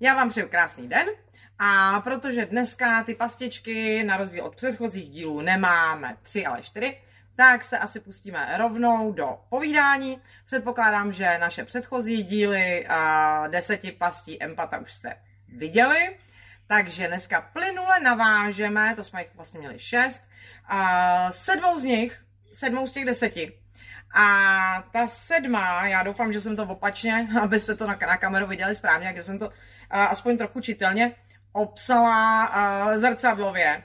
Já vám přeju krásný den a protože dneska ty pastičky na rozdíl od předchozích dílů nemáme 3, ale 4, tak se asi pustíme rovnou do povídání. Předpokládám, že naše předchozí díly 10 pastí empata už jste viděli, takže dneska plynule navážeme, to jsme jich vlastně měli 6, 7 z těch 10. A ta 7, já doufám, že jsem to opačně, abyste to na kameru viděli správně, kde jsem to aspoň trochu čitelně obsala zrcadlově.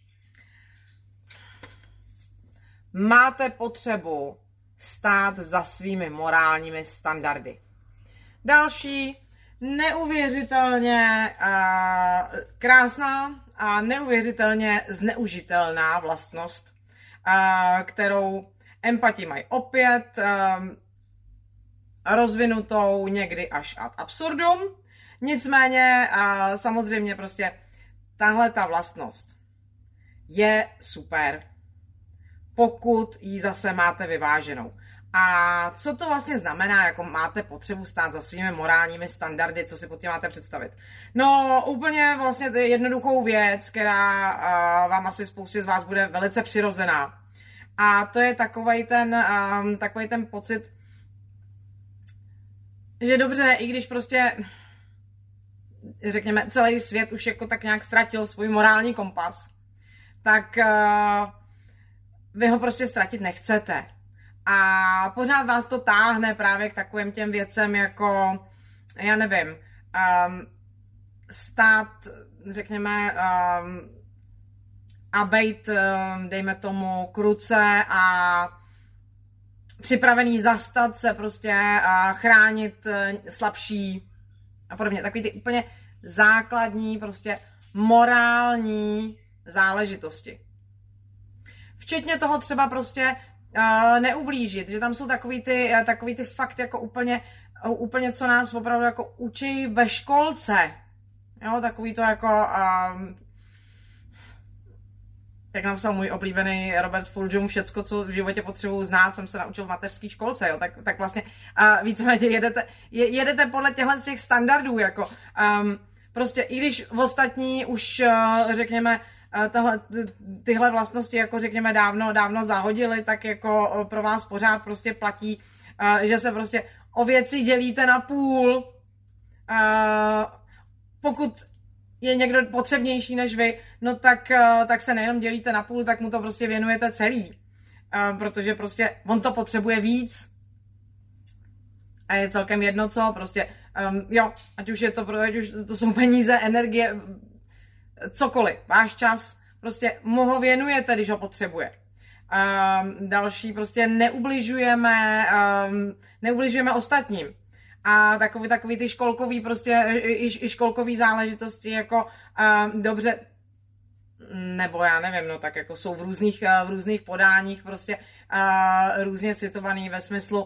Máte potřebu stát za svými morálními standardy. Další, neuvěřitelně krásná a neuvěřitelně zneužitelná vlastnost, kterou empati mají opět rozvinutou někdy až ad absurdum. Nicméně samozřejmě prostě tahle ta vlastnost je super, pokud ji zase máte vyváženou. A co to vlastně znamená, jako máte potřebu stát za svými morálními standardy, co si pod tím máte představit? No úplně vlastně jednoduchou věc, která vám asi spoustě z vás bude velice přirozená. A to je takovej ten pocit, že dobře, i když prostě, řekněme, celý svět už jako tak nějak ztratil svůj morální kompas, tak vy ho prostě ztratit nechcete. A pořád vás to táhne právě k takovým těm věcem jako, já nevím, stát, řekněme, a být, dejme tomu, kruce a připravený zastat se prostě a chránit slabší a podobně. Takový ty úplně základní prostě morální záležitosti. Včetně toho třeba prostě neublížit, že tam jsou takový ty fakt jako úplně, co nás opravdu jako učí ve školce. Jo, takový to jako jak napsal můj oblíbený Robert Fulghum, všecko, co v životě potřebuji znát, jsem se naučil v mateřské školce, jo, tak vlastně víceméně jedete podle těch standardů, jako prostě i když v ostatní už, řekněme, tyhle vlastnosti, jako řekněme, dávno zahodili, tak jako pro vás pořád prostě platí, že se prostě o věci dělíte na půl, pokud je někdo potřebnější než vy, no tak se nejenom dělíte na půl, tak mu to prostě věnujete celý. Protože prostě on to potřebuje víc. A je celkem jedno co, prostě, jo, ať už to jsou peníze, energie, cokoliv, váš čas, prostě mu ho věnujete, když ho potřebuje. Další, prostě neubližujeme ostatním. A takový ty školkový, prostě i školkový záležitosti, jako dobře, nebo já nevím, no tak jako jsou v různých podáních prostě různě citovaný ve smyslu,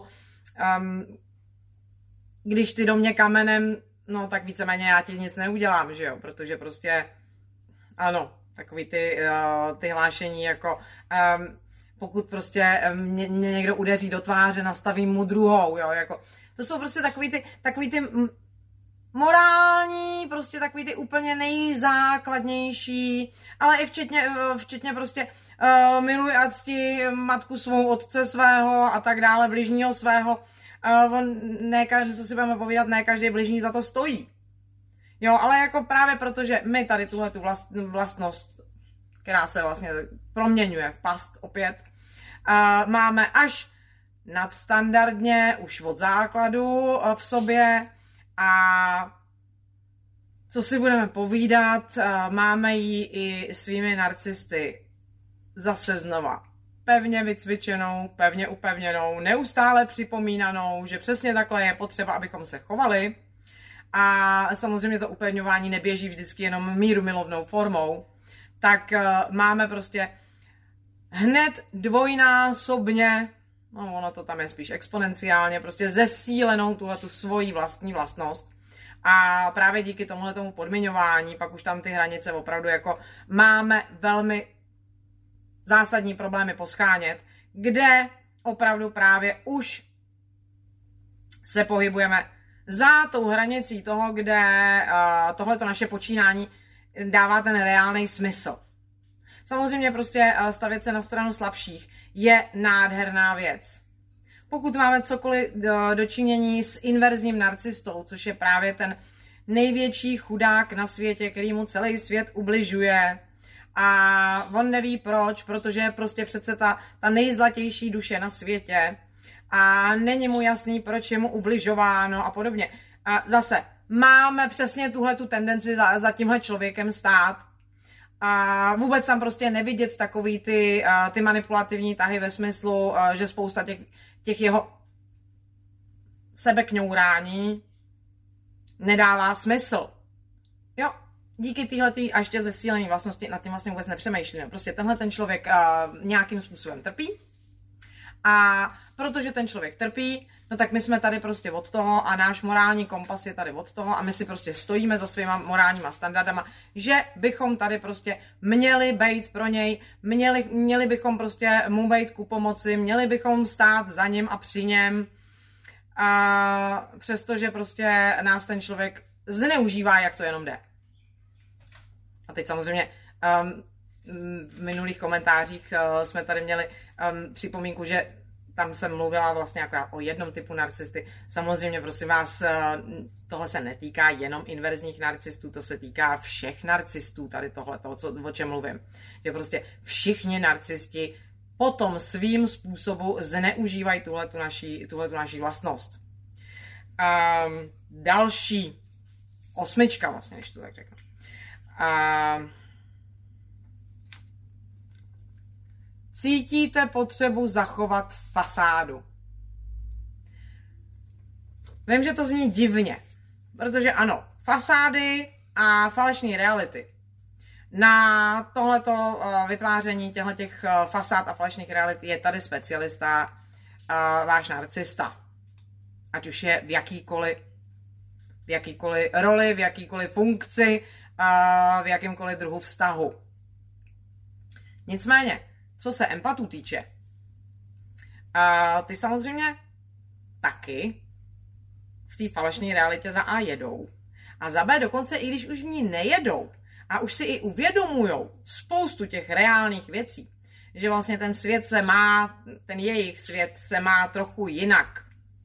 když ty do mě kamenem, no tak víceméně já ti nic neudělám, že jo, protože prostě, ano, takový ty hlášení, jako pokud prostě mě někdo udeří do tváře, nastavím mu druhou, jo, jako to jsou prostě takový ty morální, prostě takový ty úplně nejzákladnější, ale i včetně prostě miluj a cti matku svou, otce svého a tak dále, bližního svého. Co si budeme povídat, ne každý bližní za to stojí. Jo, ale jako právě protože my tady tu vlastnost, která se vlastně proměňuje v past opět, máme až nadstandardně, už od základu v sobě a co si budeme povídat, máme ji i svými narcisty zase znova pevně vycvičenou, pevně upevněnou, neustále připomínanou, že přesně takhle je potřeba, abychom se chovali. A samozřejmě to upevňování neběží vždycky jenom mírumilovnou formou, tak máme prostě hned dvojnásobně, no ono to tam je spíš exponenciálně, prostě zesílenou tuhletu svoji vlastní vlastnost. A právě díky tomu podmiňování, pak už tam ty hranice opravdu jako máme velmi zásadní problémy poschánět, kde opravdu právě už se pohybujeme za tou hranicí toho, kde tohleto naše počínání dává ten reálný smysl. Samozřejmě prostě stavět se na stranu slabších je nádherná věc. Pokud máme cokoliv dočinění s inverzním narcistou, což je právě ten největší chudák na světě, který mu celý svět ubližuje a on neví proč, protože je prostě přece ta nejzlatější duše na světě a není mu jasný, proč je mu ubližováno a podobně. A zase máme přesně tuhletu tendenci za tímhle člověkem stát a vůbec tam prostě nevidět takový ty manipulativní tahy ve smyslu, že spousta těch jeho sebekňourání nedává smysl. Jo, díky téhletý a ještě zesílený vlastnosti nad tím vlastně vůbec nepřemýšlíme. Prostě tenhle ten člověk nějakým způsobem trpí a protože ten člověk trpí, no tak my jsme tady prostě od toho a náš morální kompas je tady od toho a my si prostě stojíme za svýma morálníma standardama, že bychom tady prostě měli být pro něj, měli bychom prostě mu být ku pomoci, měli bychom stát za ním a při něm, a přestože prostě nás ten člověk zneužívá, jak to jenom jde. A teď samozřejmě v minulých komentářích jsme tady měli připomínku, že tam jsem mluvila vlastně akorát o jednom typu narcisty. Samozřejmě, prosím vás, tohle se netýká jenom inverzních narcistů, to se týká všech narcistů, tady tohle, o čem mluvím. Že prostě všichni narcisti potom svým způsobem zneužívají tuhletu naší vlastnost. Další 8, vlastně, když to tak řeknu. Cítíte potřebu zachovat fasádu. Vím, že to zní divně, protože ano, fasády a falešné reality. Na tohleto vytváření těchto fasád a falešných realit je tady specialista, váš narcista. Ať už je v jakýkoliv roli, v jakýkoliv funkci, v jakýmkoliv druhu vztahu. Nicméně, co se empatů týče, ty samozřejmě taky v té falešné realitě za A jedou. A za B dokonce, i když už v ní nejedou a už si i uvědomujou spoustu těch reálných věcí, že vlastně ten jejich svět se má trochu jinak.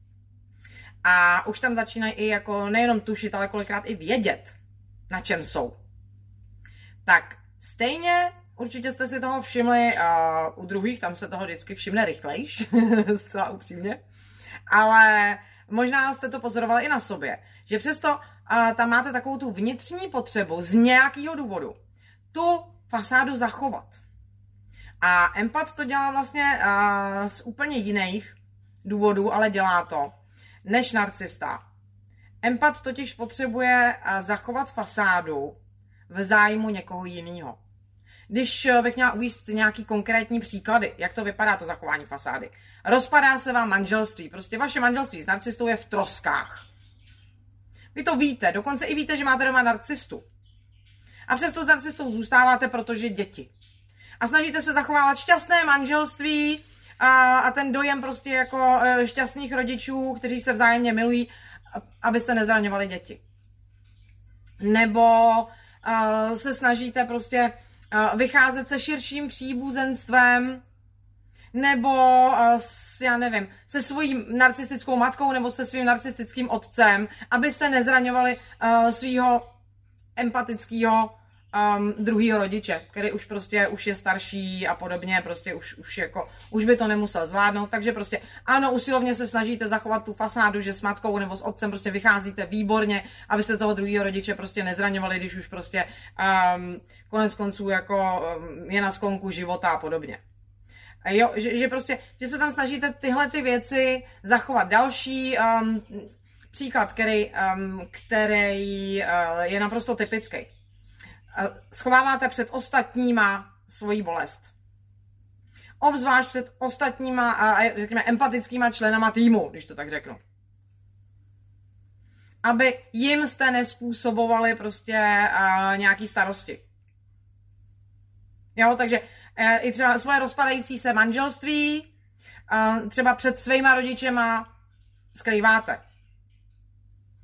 A už tam začínají i jako nejenom tušit, ale kolikrát i vědět, na čem jsou. Tak stejně určitě jste si toho všimli u druhých, tam se toho vždycky všimne rychlejš, zcela upřímně. Ale možná jste to pozorovali i na sobě, že přesto tam máte takovou tu vnitřní potřebu z nějakého důvodu tu fasádu zachovat. A empat to dělá vlastně z úplně jiných důvodů, ale dělá to, než narcista. Empat totiž potřebuje zachovat fasádu v zájmu někoho jiného. Když bych měla uvést nějaký konkrétní příklady, jak to vypadá to zachování fasády. Rozpadá se vám manželství, prostě vaše manželství s narcistou je v troskách. Vy to víte, dokonce i víte, že máte doma narcistu. A přesto s narcistou zůstáváte, protože děti. A snažíte se zachovávat šťastné manželství a ten dojem prostě jako šťastných rodičů, kteří se vzájemně milují, abyste nezraňovali děti. Nebo se snažíte prostě vycházet se širším příbuzenstvem, nebo já nevím, se svojí narcistickou matkou nebo se svým narcistickým otcem, abyste nezraňovali svýho empatického druhýho rodiče, který už prostě už je starší a podobně, prostě už by to nemusel zvládnout, takže prostě ano, usilovně se snažíte zachovat tu fasádu, že s matkou nebo s otcem prostě vycházíte výborně, abyste toho druhýho rodiče prostě nezraňovali, když už prostě konec konců jako je na sklonku života a podobně. Jo, že prostě, že se tam snažíte tyhle ty věci zachovat. Další příklad, který je naprosto typický. Schováváte před ostatníma svoji bolest. Obzvlášť před ostatníma, řekněme, empatickýma členama týmu, když to tak řeknu. Aby jim jste nespůsobovali prostě nějaký starosti. Jo, takže i třeba svoje rozpadající se manželství třeba před svýma rodičema skrýváte.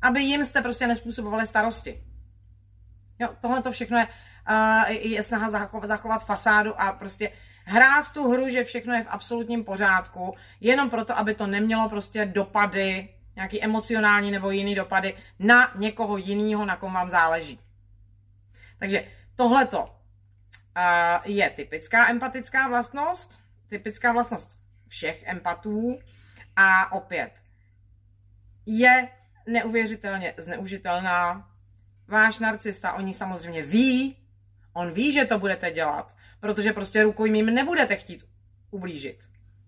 aby jim jste prostě nespůsobovali starosti. Jo, tohle to všechno je snaha zachovat fasádu a prostě hrát tu hru, že všechno je v absolutním pořádku, jenom proto, aby to nemělo prostě dopady, nějaký emocionální nebo jiný dopady na někoho jiného, na kom vám záleží. Takže tohleto je typická empatická vlastnost, typická vlastnost všech empatů a opět je neuvěřitelně zneužitelná. Váš narcista o ní samozřejmě ví, on ví, že to budete dělat, protože prostě rukojmím nebudete chtít ublížit.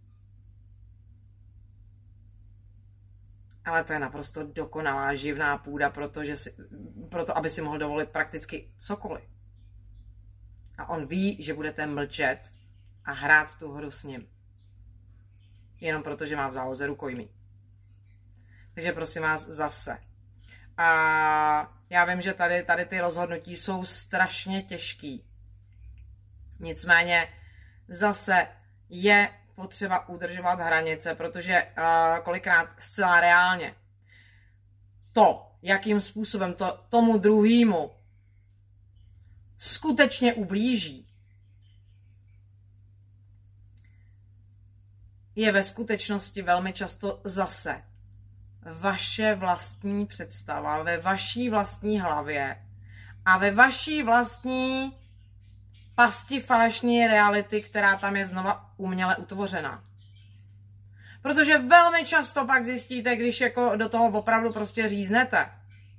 Ale to je naprosto dokonalá živná půda, proto aby si mohl dovolit prakticky cokoliv. A on ví, že budete mlčet a hrát tu hru s ním. Jenom proto, že má v záloze rukojmí. Takže prosím vás zase. A já vím, že tady ty rozhodnutí jsou strašně těžký. Nicméně zase je potřeba udržovat hranice, protože kolikrát zcela reálně to, jakým způsobem to tomu druhému skutečně ublíží, je ve skutečnosti velmi často zase vaše vlastní představa, ve vaší vlastní hlavě a ve vaší vlastní pasti falešné reality, která tam je znova uměle utvořená. Protože velmi často pak zjistíte, když jako do toho opravdu prostě říznete,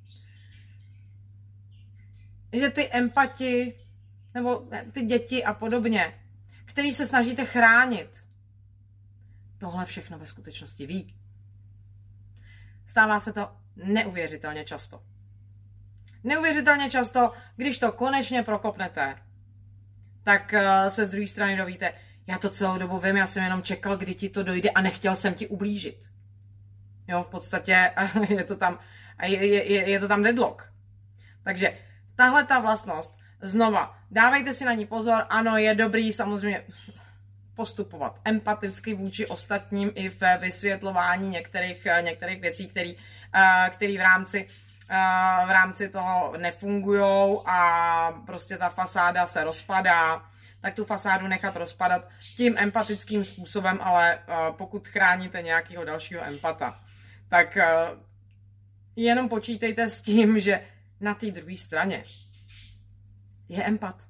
že ty empati, nebo ty děti a podobně, který se snažíte chránit, tohle všechno ve skutečnosti ví. Stává se to neuvěřitelně často. Neuvěřitelně často, když to konečně prokopnete, tak se z druhé strany dovíte, já to celou dobu vím, já jsem jenom čekal, kdy ti to dojde a nechtěl jsem ti ublížit. Jo, v podstatě je to tam deadlock. Takže tahle ta vlastnost, znova, dávejte si na ní pozor, ano, je dobrý samozřejmě postupovat empaticky vůči ostatním i v vysvětlování některých věcí, které v rámci toho nefungujou a prostě ta fasáda se rozpadá, tak tu fasádu nechat rozpadat tím empatickým způsobem, ale pokud chráníte nějakého dalšího empata, tak jenom počítejte s tím, že na té druhé straně je empat.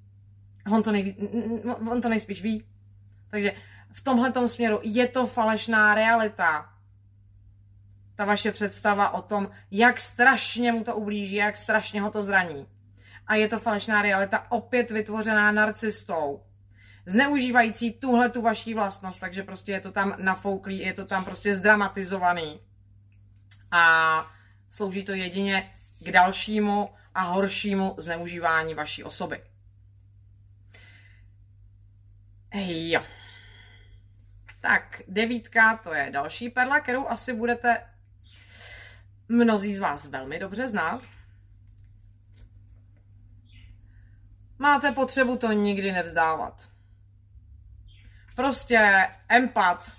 On to nejspíš ví. Takže v tomhletom směru je to falešná realita. Ta vaše představa o tom, jak strašně mu to ublíží, jak strašně ho to zraní. A je to falešná realita opět vytvořená narcistou, zneužívající tuhletu vaší vlastnost, takže prostě je to tam nafouklý, je to tam prostě zdramatizovaný. A slouží to jedině k dalšímu a horšímu zneužívání vaší osoby. Jo. Tak, 9, to je další perla, kterou asi budete mnozí z vás velmi dobře znát. Máte potřebu to nikdy nevzdávat. Prostě empat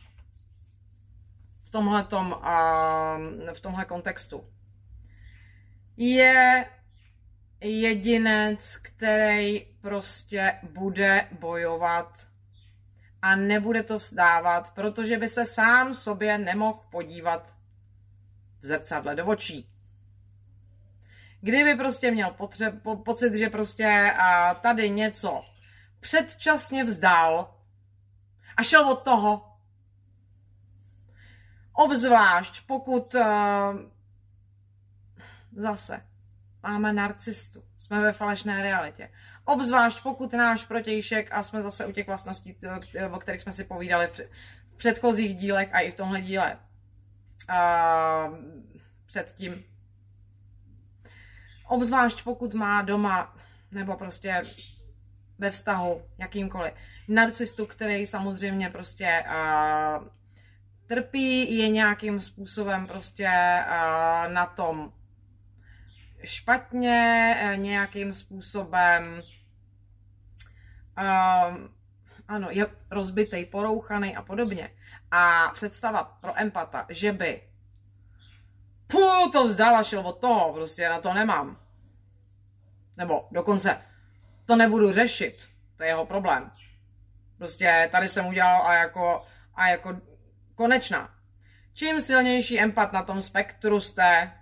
v tomhle kontextu je jedinec, který prostě bude bojovat a nebude to vzdávat, protože by se sám sobě nemohl podívat v zrcadle do očí. Kdyby prostě měl pocit, že prostě tady něco předčasně vzdal a šel od toho, obzvlášť pokud zase máme narcistu, jsme ve falešné realitě. Obzvlášť pokud náš protějšek, a jsme zase u těch vlastností, o kterých jsme si povídali v předchozích dílech a i v tomhle díle předtím. Obzvlášť pokud má doma nebo prostě ve vztahu jakýmkoliv narcistu, který samozřejmě prostě trpí, je nějakým způsobem prostě na tom špatně, nějakým způsobem ano, je rozbitej, porouchaný a podobně. A představa pro empata, že by to vzdala, šel od toho, prostě na to nemám. Nebo dokonce to nebudu řešit, to je jeho problém. Prostě tady jsem udělal a jako konečná. Čím silnější empat na tom spektru jste,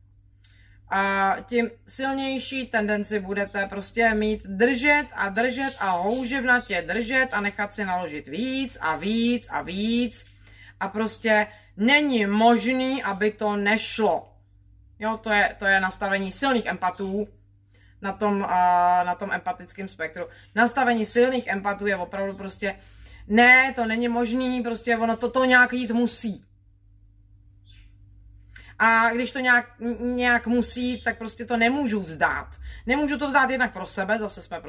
tím silnější tendenci budete prostě mít držet a houževnatě držet a nechat si naložit víc a víc a víc a prostě není možný, aby to nešlo. Jo, to je nastavení silných empatů na tom empatickém spektru. Nastavení silných empatů je opravdu prostě ne, to není možný, prostě ono to nějak jít musí. A když to nějak musí, tak prostě to nemůžu vzdát. Nemůžu to vzdát jednak pro sebe,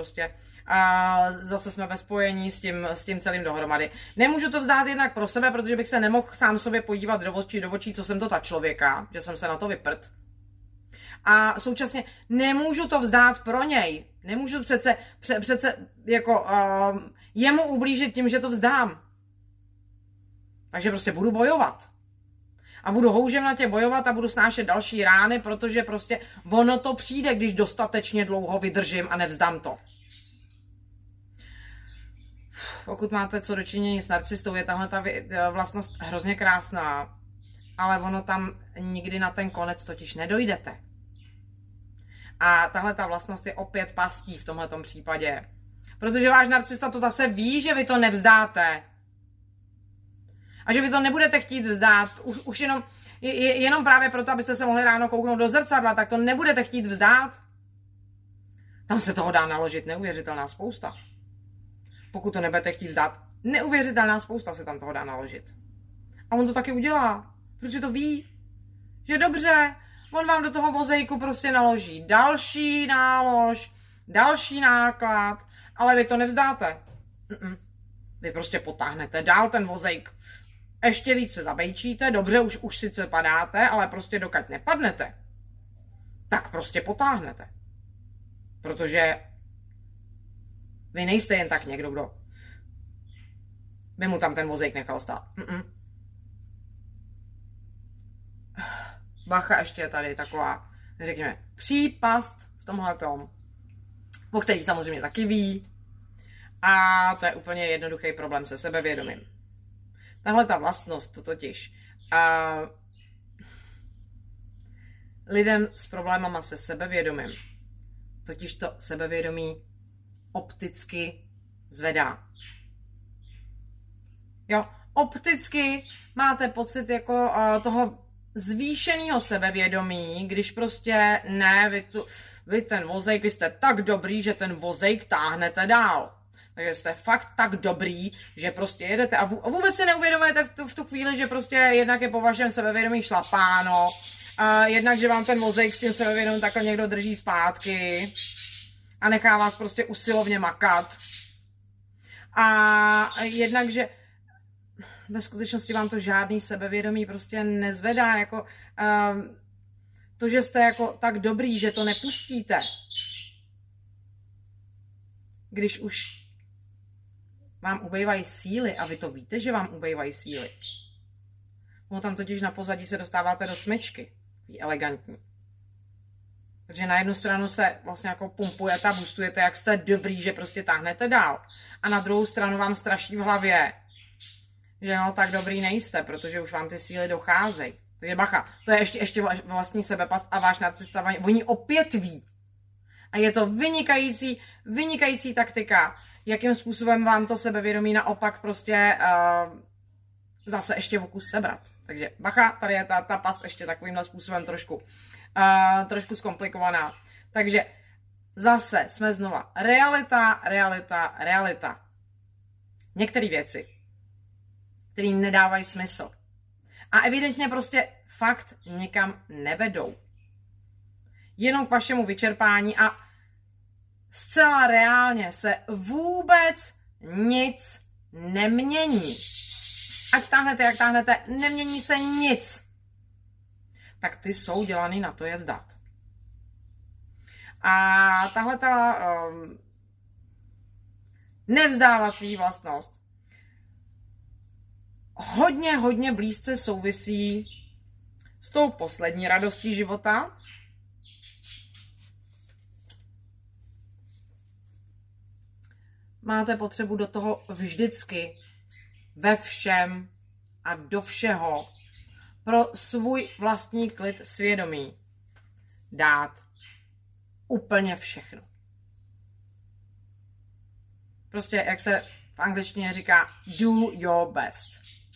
zase jsme ve spojení s tím celým dohromady. Nemůžu to vzdát jednak pro sebe, protože bych se nemohl sám sobě podívat do očí, co jsem to ta člověka, že jsem se na to vyprt. A současně nemůžu to vzdát pro něj. Nemůžu přece jako jemu ublížit tím, že to vzdám. Takže prostě budu bojovat. A budu houževnatě bojovat a budu snášet další rány, protože prostě ono to přijde, když dostatečně dlouho vydržím a nevzdám to. Pokud máte co dočinění s narcistou, je tahle ta vlastnost hrozně krásná, ale ono tam nikdy na ten konec totiž nedojdete. A tahle ta vlastnost je opět pastí v tomhletom případě. Protože váš narcista to zase ví, že vy to nevzdáte. A že vy to nebudete chtít vzdát, už jenom právě proto, abyste se mohli ráno kouknout do zrcadla, tak to nebudete chtít vzdát. Tam se toho dá naložit neuvěřitelná spousta. Pokud to nebudete chtít vzdát, neuvěřitelná spousta se tam toho dá naložit. A on to taky udělá, protože to ví, že dobře, on vám do toho vozejku prostě naloží další nálož, další náklad, ale vy to nevzdáte. Vy prostě potáhnete dál ten vozejk. Ještě víc se zabejčíte, dobře, už sice padáte, ale prostě dokud nepadnete, tak prostě potáhnete. Protože vy nejste jen tak někdo, kdo by mu tam ten vozejk nechal stát. Bacha, ještě je tady taková, řekněme, přípast v tomhletom, o který samozřejmě taky ví. A to je úplně jednoduchý problém se sebevědomím. Tahle ta vlastnost, to totiž lidem s problémama se sebevědomím, totiž to sebevědomí opticky zvedá. Jo, opticky máte pocit jako toho zvýšeného sebevědomí, když prostě ne, vy ten vozejk, vy jste tak dobrý, že ten vozejk táhnete dál. Takže jste fakt tak dobrý, že prostě jedete a vůbec si neuvědomujete v tu chvíli, že prostě jednak je po vašem sebevědomí šlapáno, jednak, že vám ten vozejk s tím sebevědomím takhle někdo drží zpátky a nechá vás prostě usilovně makat. A jednak, že ve skutečnosti vám to žádný sebevědomí prostě nezvedá, jako to, že jste jako tak dobrý, že to nepustíte. Když už vám ubejvají síly a vy to víte, že vám ubejvají síly. No tam totiž na pozadí se dostáváte do smyčky. Je elegantní. Takže na jednu stranu se vlastně jako pumpujete a boostujete, jak jste dobrý, že prostě táhnete dál. A na druhou stranu vám straší v hlavě, že no tak dobrý nejste, protože už vám ty síly docházejí. Takže bacha, to je ještě vlastní sebepast a váš narcista, oni opět ví. A je to vynikající taktika, jakým způsobem vám to sebevědomí naopak prostě zase ještě v kus sebrat. Takže bacha, tady je ta past ještě takovýmhle způsobem trošku zkomplikovaná. Takže zase jsme znova realita. Některé věci, které nedávají smysl. A evidentně prostě fakt nikam nevedou. Jenom k vašemu vyčerpání a zcela reálně se vůbec nic nemění. Ať táhnete, jak táhnete, nemění se nic. Tak ty jsou dělaný na to je vzdát. A tahle ta nevzdávací vlastnost hodně blízce souvisí s tou poslední radostí života. Máte potřebu do toho vždycky, ve všem a do všeho pro svůj vlastní klid svědomí dát úplně všechno. Prostě, jak se v angličtině říká, do your best.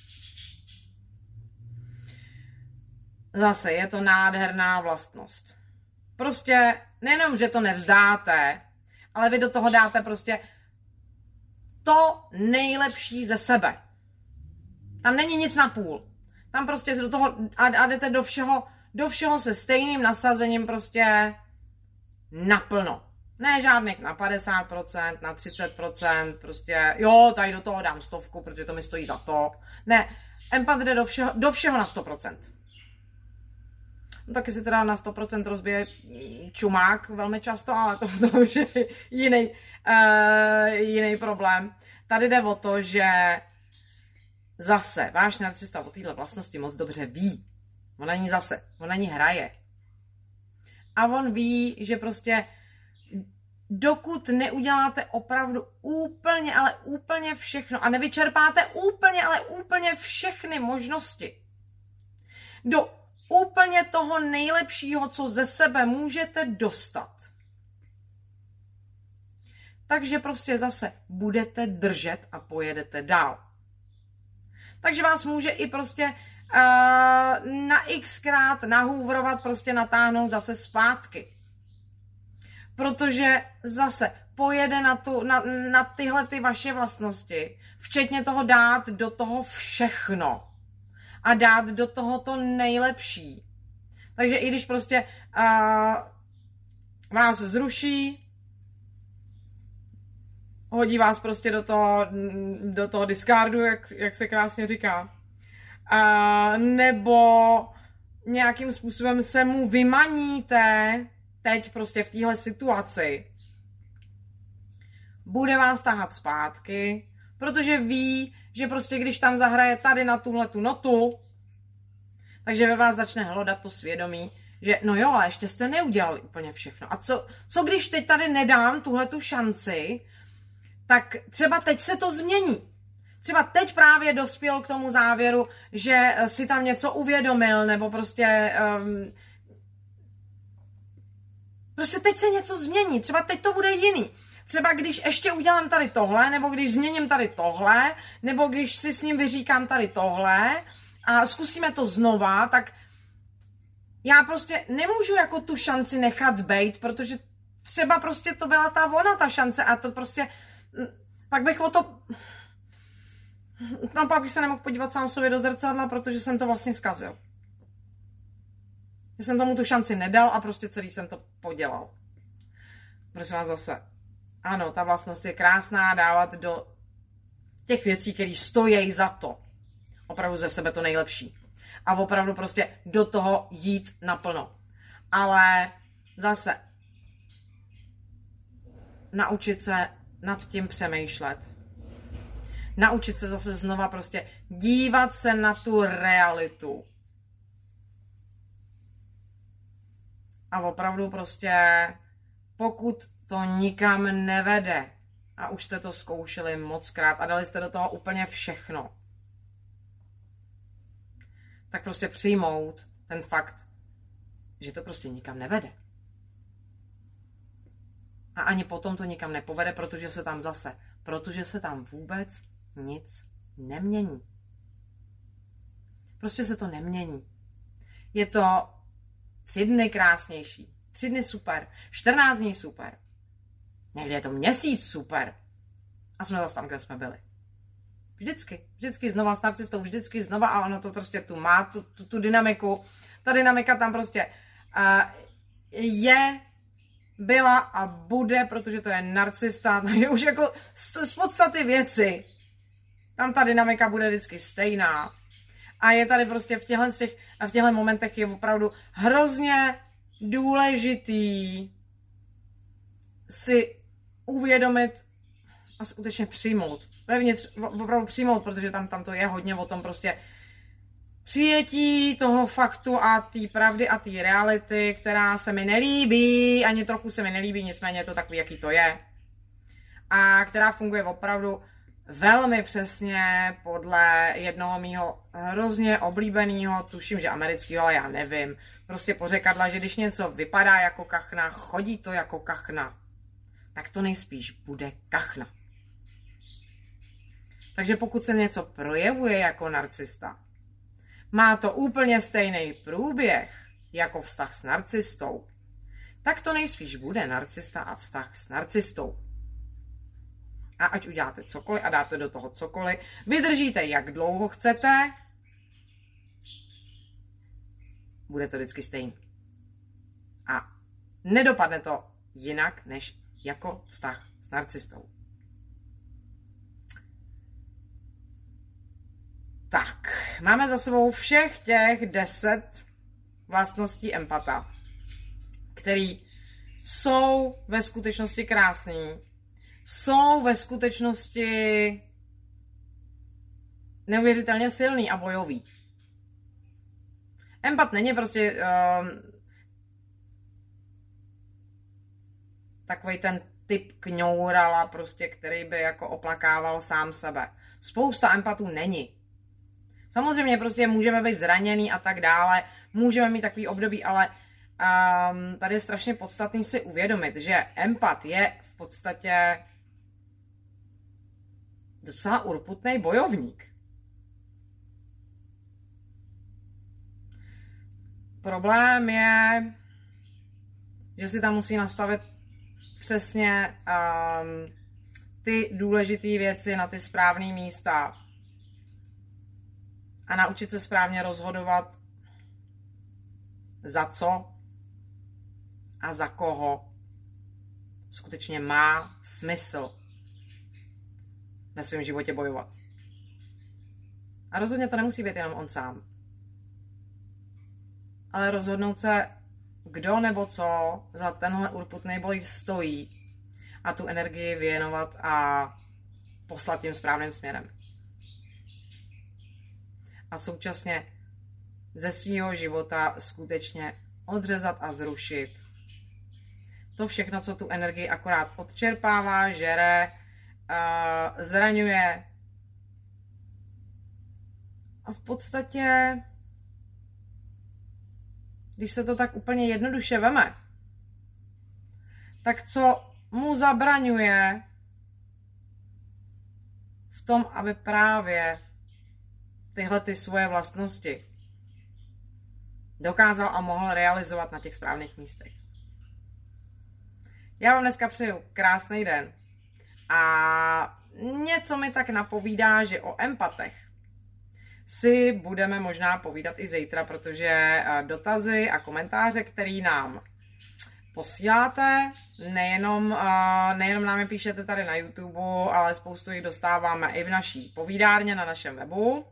Zase je to nádherná vlastnost. Prostě nejenom, že to nevzdáte, ale vy do toho dáte prostě to nejlepší ze sebe. Tam není nic na půl. Tam prostě do toho a jdete do všeho se stejným nasazením prostě naplno. Ne žádných na 50%, na 30%, prostě jo, tady do toho dám 100, protože to mi stojí za to. Ne, empat jde do všeho na 100%. No, taky si teda na 100% rozbije čumák velmi často, ale to už je jiný problém. Tady jde o to, že zase váš narcista o téhle vlastnosti moc dobře ví. On na ní hraje. A on ví, že prostě dokud neuděláte opravdu úplně, ale úplně všechno a nevyčerpáte úplně, ale úplně všechny možnosti do úplně toho nejlepšího, co ze sebe můžete dostat, takže prostě zase budete držet a pojedete dál. Takže vás může i prostě na xkrát nahůvrovat, prostě natáhnout zase zpátky. Protože zase pojede na tyhle ty vaše vlastnosti, včetně toho dát do toho všechno a dát do toho to nejlepší. Takže i když prostě vás zruší, hodí vás prostě do toho discardu, jak se krásně říká. Nebo nějakým způsobem se mu vymaníte teď prostě v téhle situaci. Bude vás tahat zpátky, protože ví, že prostě když tam zahraje tady na tuhletu notu, takže ve vás začne hlodat to svědomí, že no jo, ale ještě jste neudělali úplně všechno. A co když teď tady nedám tuhletu šanci, tak třeba teď se to změní. Třeba teď právě dospěl k tomu závěru, že si tam něco uvědomil, nebo prostě teď se něco změní, třeba teď to bude jiný. Třeba když ještě udělám tady tohle, nebo když změním tady tohle, nebo když si s ním vyříkám tady tohle a zkusíme to znova, tak já prostě nemůžu jako tu šanci nechat bejt, protože třeba prostě to byla ta šance a to prostě, pak bych pak bych se nemohl podívat sám sobě do zrcadla, protože jsem to vlastně zkazil. Že jsem tomu tu šanci nedal a prostě celý jsem to podělal. Prosím vás zase. Ano, ta vlastnost je krásná, dávat do těch věcí, které stojí za to. Opravdu ze sebe to nejlepší. A opravdu prostě do toho jít naplno. Ale zase naučit se nad tím přemýšlet. Naučit se zase znova prostě dívat se na tu realitu. A opravdu prostě, pokud to nikam nevede, a už jste to zkoušeli mockrát a dali jste do toho úplně všechno, tak prostě přijmout ten fakt, že to prostě nikam nevede. A ani potom to nikam nepovede, protože se tam vůbec nic nemění. Prostě se to nemění. Je to 3 dny krásnější, 3 dny super, 14 dní super, někdy je to měsíc super a jsme zase tam, kde jsme byli. Vždycky znova s narcistou, vždycky znova a ono to prostě tu má, tu dynamiku. Ta dynamika tam prostě byla a bude, protože to je narcista, takže už jako z podstaty věci tam ta dynamika bude vždycky stejná. A je tady prostě v těchto momentech je opravdu hrozně důležitý si uvědomit a skutečně přijmout. Vevnitř opravdu přijmout, protože tam to je hodně o tom prostě přijetí toho faktu a té pravdy a té reality, která se mi nelíbí, ani trochu se mi nelíbí, nicméně je to takový, jaký to je. A která funguje opravdu velmi přesně podle jednoho mýho hrozně oblíbeného, tuším, že amerického, ale já nevím, prostě pořekadla, že když něco vypadá jako kachna, chodí to jako kachna, tak to nejspíš bude kachna. Takže pokud se něco projevuje jako narcista, má to úplně stejný průběh jako vztah s narcistou, tak to nejspíš bude narcista a vztah s narcistou. A ať uděláte cokoliv a dáte do toho cokoliv, vydržíte jak dlouho chcete, bude to vždycky stejný. A nedopadne to jinak, než jako vztah s narcistou. Tak, máme za sebou všech těch 10 vlastností empata, které jsou ve skutečnosti krásný, jsou ve skutečnosti neuvěřitelně silný a bojový. Empat není prostě takovej ten typ kňourala, prostě, který by jako oplakával sám sebe. Spousta empatů není. Samozřejmě prostě můžeme být zraněný a tak dále, můžeme mít takový období, ale tady je strašně podstatný si uvědomit, že empat je v podstatě docela urputný bojovník. Problém je, že si tam musí nastavit přesně ty důležité věci na ty správné místa a naučit se správně rozhodovat, za co a za koho skutečně má smysl ve svém životě bojovat. A rozhodně to nemusí být jenom on sám. Ale rozhodnout se, kdo nebo co za tenhle urputný boj stojí a tu energii věnovat a poslat tím správným směrem. A současně ze svého života skutečně odřezat a zrušit to všechno, co tu energii akorát odčerpává, žere, zraňuje. A v podstatě, když se to tak úplně jednoduše veme, tak co mu zabraňuje v tom, aby právě tyhle ty svoje vlastnosti dokázal a mohl realizovat na těch správných místech. Já vám dneska přeju krásný den a něco mi tak napovídá, že o empatech si budeme možná povídat i zítra, protože dotazy a komentáře, které nám posíláte, nejenom nám je píšete tady na YouTube, ale spoustu jich dostáváme i v naší povídárně na našem webu.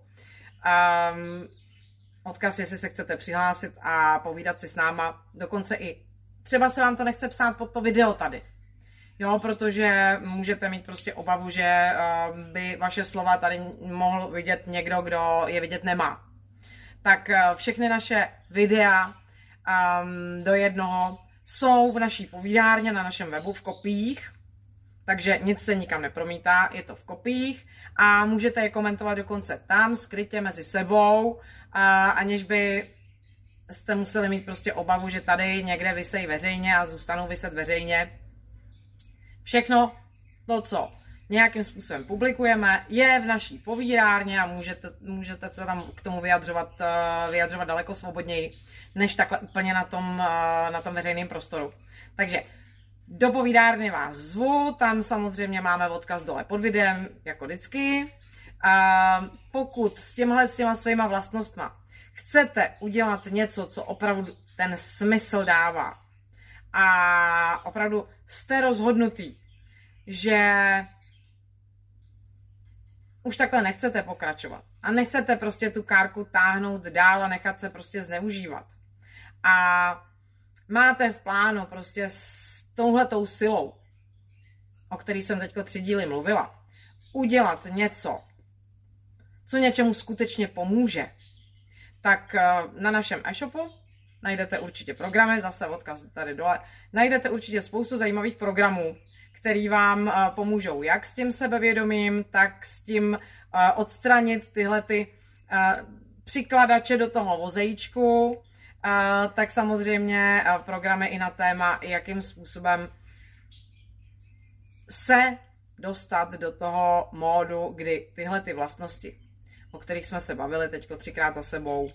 Odkaz, jestli se chcete přihlásit a povídat si s náma, dokonce i třeba se vám to nechce psát pod to video tady. Jo, protože můžete mít prostě obavu, že by vaše slova tady mohl vidět někdo, kdo je vidět nemá. Tak všechny naše videa do jednoho jsou v naší povídárně na našem webu v kopiích, takže nic se nikam nepromítá, je to v kopiích a můžete je komentovat dokonce tam, skrytě mezi sebou, aniž by jste museli mít prostě obavu, že tady někde visejí veřejně a zůstanou viset veřejně. Všechno to, co nějakým způsobem publikujeme, je v naší povídárně a můžete se tam k tomu vyjadřovat daleko svobodněji, než takhle úplně na tom veřejném prostoru. Takže do povídárny vás zvu, tam samozřejmě máme odkaz dole pod videem, jako vždycky. Pokud s těma svýma vlastnostma chcete udělat něco, co opravdu ten smysl dává a opravdu jste rozhodnutý, že už takhle nechcete pokračovat a nechcete prostě tu kárku táhnout dál a nechat se prostě zneužívat. A máte v plánu prostě s touhletou silou, o který jsem teďko 3 díly mluvila, udělat něco, co něčemu skutečně pomůže, tak na našem e-shopu najdete určitě programy, zase odkaz tady dole, najdete určitě spoustu zajímavých programů, který vám pomůžou jak s tím sebevědomím, tak s tím odstranit tyhle přikladače do toho vozejčku, tak samozřejmě programy i na téma, jakým způsobem se dostat do toho módu, kdy tyhle vlastnosti, o kterých jsme se bavili teď 3krát za sebou,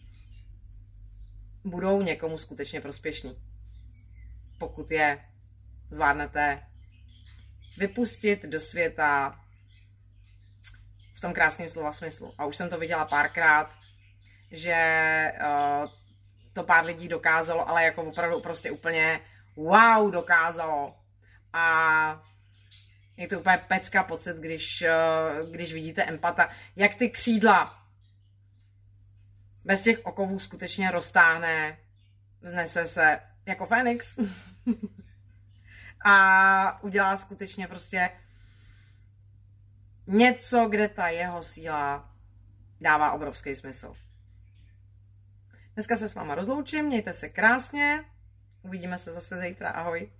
budou někomu skutečně prospěšní. Pokud je zvládnete vypustit do světa v tom krásném slova smyslu. A už jsem to viděla párkrát, že to pár lidí dokázalo, ale jako opravdu prostě úplně wow dokázalo. A je to úplně pecka pocit, když vidíte empata, jak ty křídla bez těch okovů skutečně roztáhne, vznese se jako Fénix a udělá skutečně prostě něco, kde ta jeho síla dává obrovský smysl. Dneska se s váma rozloučím, mějte se krásně, uvidíme se zase zítra, ahoj.